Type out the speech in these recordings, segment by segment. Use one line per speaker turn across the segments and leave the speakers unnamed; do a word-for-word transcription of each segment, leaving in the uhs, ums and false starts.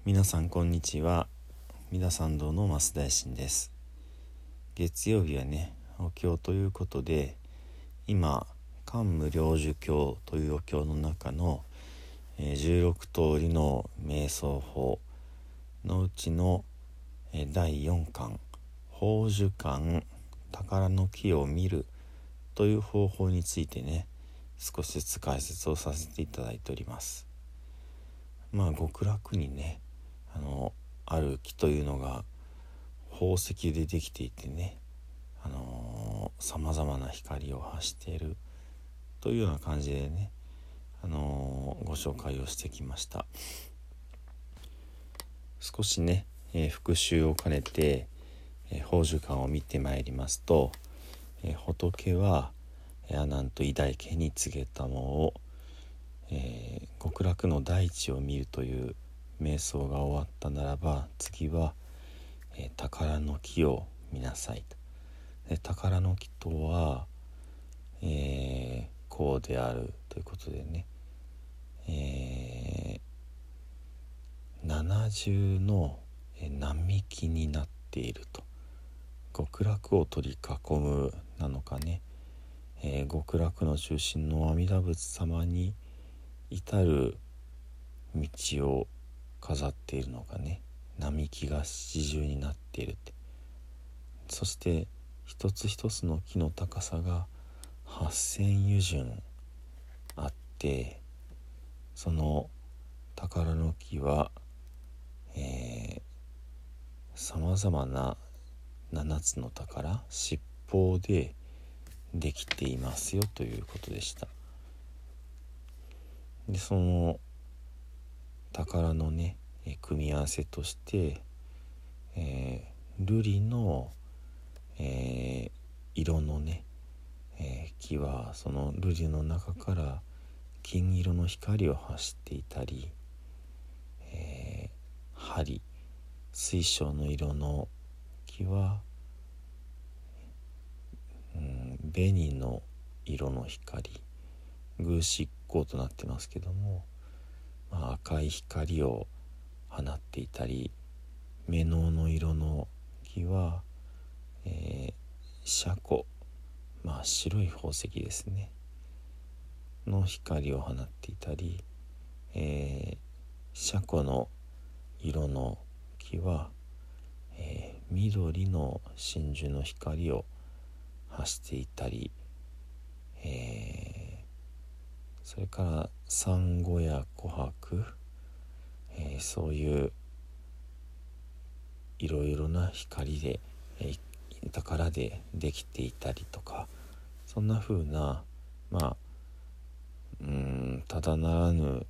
皆さんこんにちは。三田参道の増大臣です。月曜日はねお経ということで、今観無量寿経というお経の中の、えー、じゅうろく通りの瞑想法のうちの、えー、だいよんかん宝珠観宝の木を見るという方法についてね少しずつ解説をさせていただいております。まあ極楽にねあのある木というのが宝石でできていてねあのさまざまな光を発しているというような感じでね、あのー、ご紹介をしてきました。少しね、えー、復習を兼ねて、えー、宝珠観を見てまいりますと、えー、仏は阿南と偉大家に告げたもを、えー、極楽の大地を見るという瞑想が終わったならば、次は、えー、宝の木を見なさいと。で宝の木とは、えー、こうであるということでね、えー、七重の並木になっていると。極楽を取り囲むなのかね、えー、極楽の中心の阿弥陀仏様に至る道を飾っているのかね、並木が七重になっているって。そして一つ一つの木の高さがはっせん由順あって、その宝の木はさまざまなななつの宝七宝でできていますよということでした。でその宝のね組み合わせとして、えー、瑠璃の、えー、色のね、えー、木はその瑠璃の中から金色の光を発していたり、えー、針水晶の色の木は、うん、紅の色の光偶執光となってますけども、まあ、赤い光を放っていたり、目のの色の木は、えー、車庫、まあ白い宝石ですねの光を放っていたり、えー、車庫の色の木は、えー、緑の真珠の光を発していたり、えー、それからサンゴや琥珀、えー、そういういろいろな光で、えー、宝でできていたりとか、そんな風なまあうーんただならぬ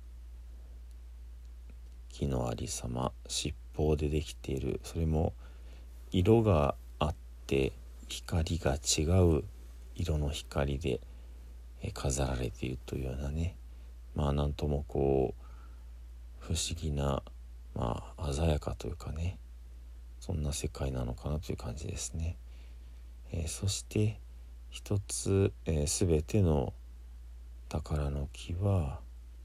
木のありさま、七宝でできている、それも色があって光が違う色の光で飾られているというようなね、まあなんともこう不思議な、まあ鮮やかというかね、そんな世界なのかなという感じですね。えー、そして一つ、えー、全ての宝の木は、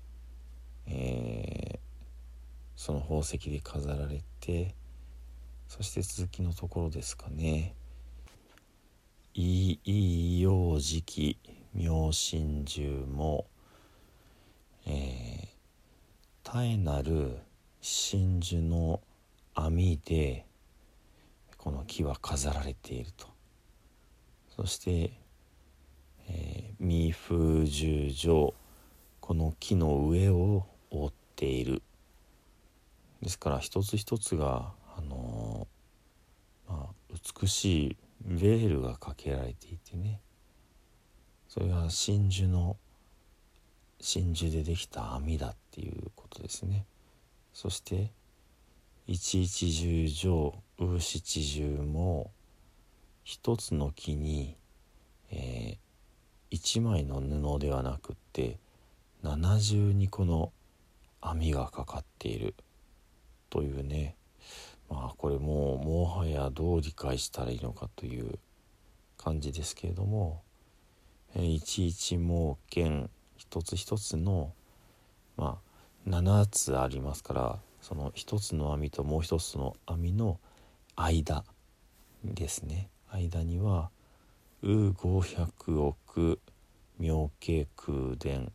えー、その宝石で飾られて、そして続きのところですかね。いいようじき妙心中も、えー、絶えなる真珠の網でこの木は飾られていると。そして、えー、密封十条、この木の上を覆っている。ですから一つ一つが、あのーまあ、美しいベールがかけられていてね、それが真珠の真珠でできた網だっていうことですね。そして一一十条ウ七十も一つの木に、えー、一枚の布ではなくって七十二個の網がかかっているというね、まあこれもうもはやどう理解したらいいのかという感じですけれども、えー、一一毛剣一つ一つのまあななつありますから、 その一つの網ともう一つの網の間ですね、間にはうごひゃくおく妙境空殿、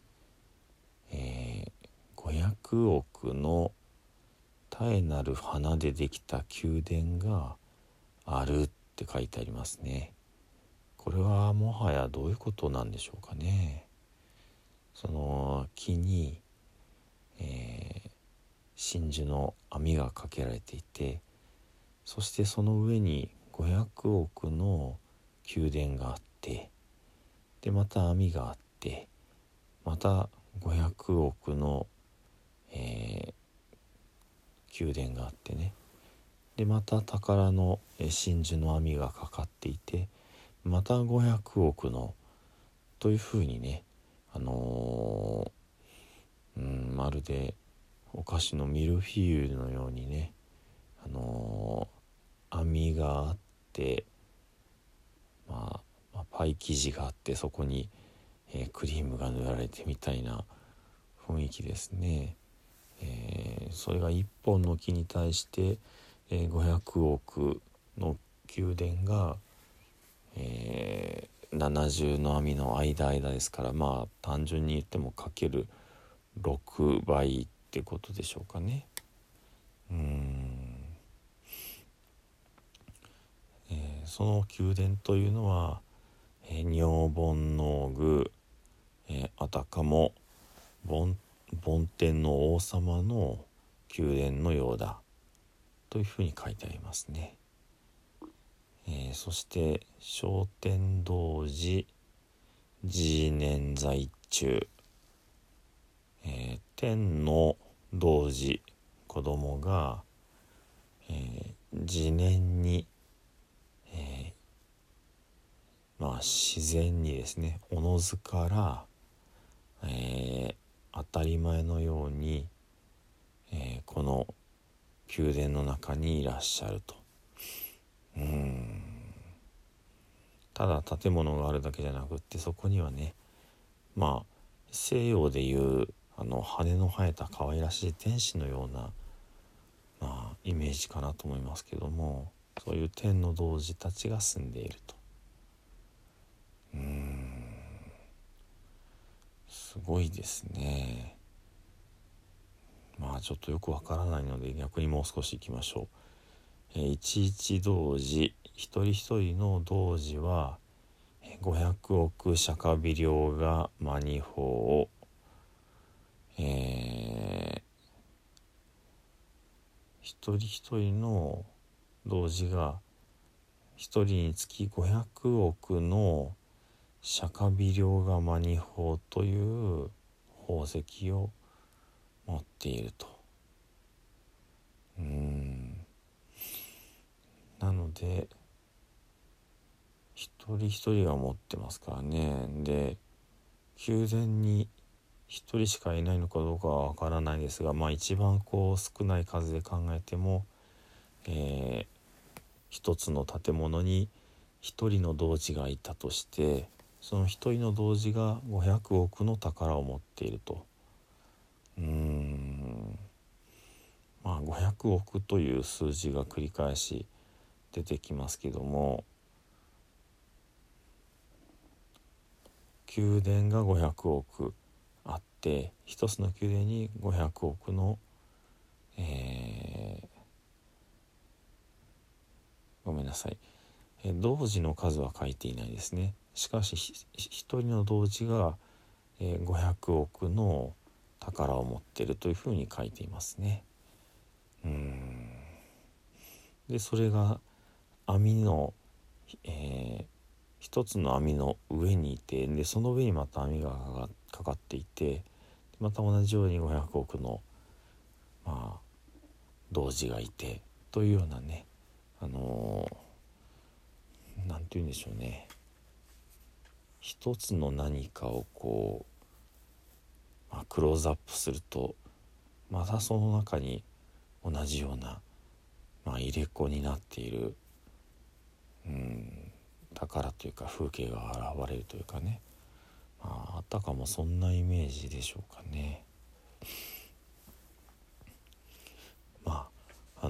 えー、ごひゃくおくの絶えなる花でできた宮殿があるって書いてありますね。これはもはやどういうことなんでしょうかね。その木に、えー、真珠の網がかけられていて、そしてその上にごひゃくおくの宮殿があって、でまた網があって、またごひゃくおくの、えー、宮殿があってね、でまた宝の真珠の網がかかっていて、またごひゃくおくのというふうにね、あのー、うんまるでお菓子のミルフィーユのようにね、あのー、網があって、まあ、まあ、パイ生地があって、そこに、えー、クリームが塗られてみたいな雰囲気ですね。えー、それがいっぽんの木に対して、えー、ごひゃくおくの宮殿が、えー、ななじゅうの網の間間ですから、まあ単純に言ってもかけるろくばいってことでしょうかね。うーん、えー、その宮殿というのは、えー、女盆の具、えー、あたかも梵天の王様の宮殿のようだというふうに書いてありますね。えー、そして聖天童寺慈念在中、えー、天の童子子供が、えー、自然に、えー、まあ自然にですね、おのずから、えー、当たり前のように、えー、この宮殿の中にいらっしゃると。うーんただ建物があるだけじゃなくって、そこにはね、まあ西洋でいうあの羽の生えた可愛らしい天使のような、まあ、イメージかなと思いますけども、そういう天の童子たちが住んでいると。うーんすごいですね。まあちょっとよくわからないので逆にもう少し行きましょう。えー、一一童子、一人一人の童子はごひゃくおく釈迦微量がマニ法、えー、一人一人の童子が一人につきごひゃくおくの釈迦微量がマニ法という宝石を持っていると。うーんなので一人一人が持ってますからね。で宮殿に一人しかいないのかどうかはわからないですが、まあ一番こう少ない数で考えても、えー、一つの建物に一人の童子がいたとして、その一人の童子がごひゃくおくの宝を持っていると。うーんまあごひゃくおくという数字が繰り返し出てきますけども、宮殿がごひゃくおくあって、一つの宮殿にごひゃくおくの、えー、ごめんなさい、えー、童子の数は書いていないですね。しかし一人の童子が、えー、ごひゃくおくの宝を持っているというふうに書いていますね。うーんでそれが網の、えー、一つの網の上にいて、でその上にまた網がかかっていて、また同じようにごひゃくおくの、まあ、童子がいてというようなね、あのー、なんて言うんでしょうね、一つの何かをこう、まあ、クローズアップするとまたその中に同じような、まあ、入れ子になっている、うん、宝というか風景が現れるというかね、まあ、あたかもそんなイメージでしょうかね。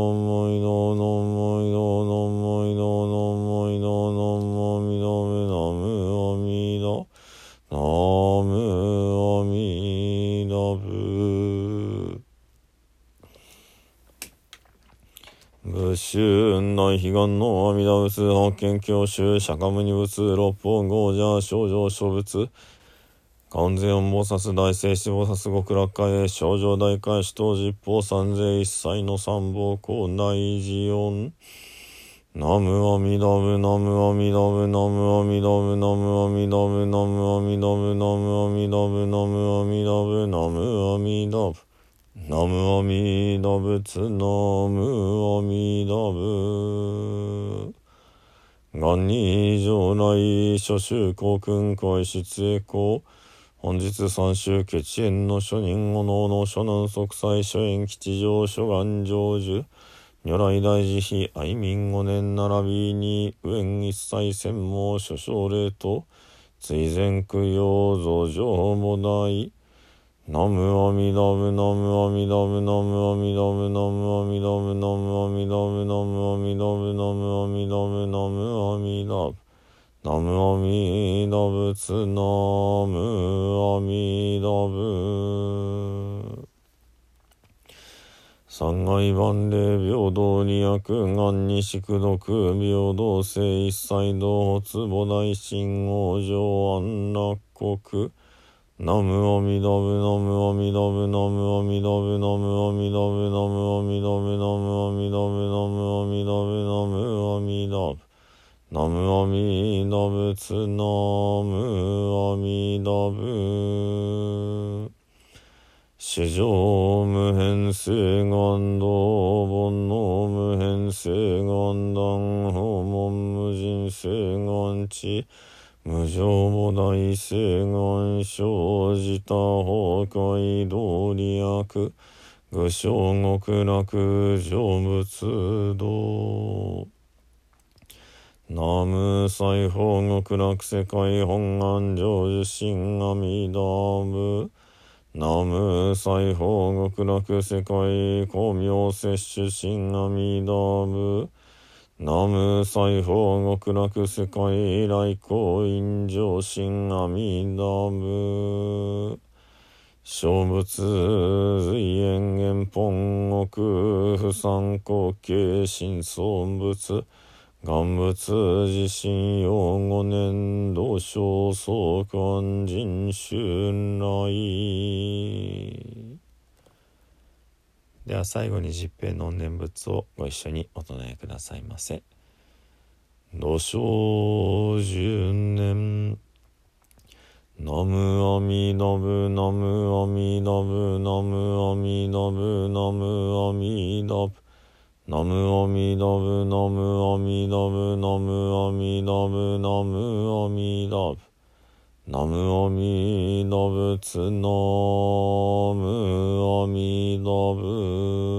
もいどのもいどのもいどのもいど仏宗雲内悲願の阿弥陀仏八剣教宗釈迦牟尼仏六方豪者正常諸仏観世音菩薩大聖子菩薩極楽会へ正常大海主等十方三世一切の三宝光内寺音ナムアミダブナムアミダブナムアミダブナムアミダブナムアミダブナムアミダブナムアミダブナムアミダブナムアミダ仏ナムアミダブ元に上来諸宗公君会出栄光本日三州決縁の諸人お能の諸南息災諸縁吉祥諸願成就如来大慈悲愛民五年並びに右縁一切専門諸奨礼と追善供養増上も大ナムアミダブナムアミダブナムアミダブナムアミダブナムアミダブナムアミダブナムアミダブナムアミダブナムアミダ仏ナムアミダブ三界万霊平等二悪願二宿毒平等性一切道発母大神往生安楽国ナムアミダブナムアミダブナムアミダブナムアミダブナムアミダブナムアミダブナムアミダブナムアミダブナムアミダ仏ナムアミダブ至上無変性願道煩悩無変性願断訪問無人性願地無常母大性願生じた崩壊道利悪愚正極楽成仏道ナム西方極楽世界本願成就心阿弥陀仏ナム西方極楽世界光明摂取心阿弥陀仏ナム西方極楽世界来光陰上心阿弥陀仏小仏随縁縁本国不参考形心尊仏願仏自身用五年度小相関人春来では最後に十平の念仏をご一緒にお唱えくださいませ。土生十年ナムアミダブナムアミダブナムアミダブナムアミダブナムアミダブナムアミダブナムアミダブナムアミダブナムアミダ仏ナムアミダブ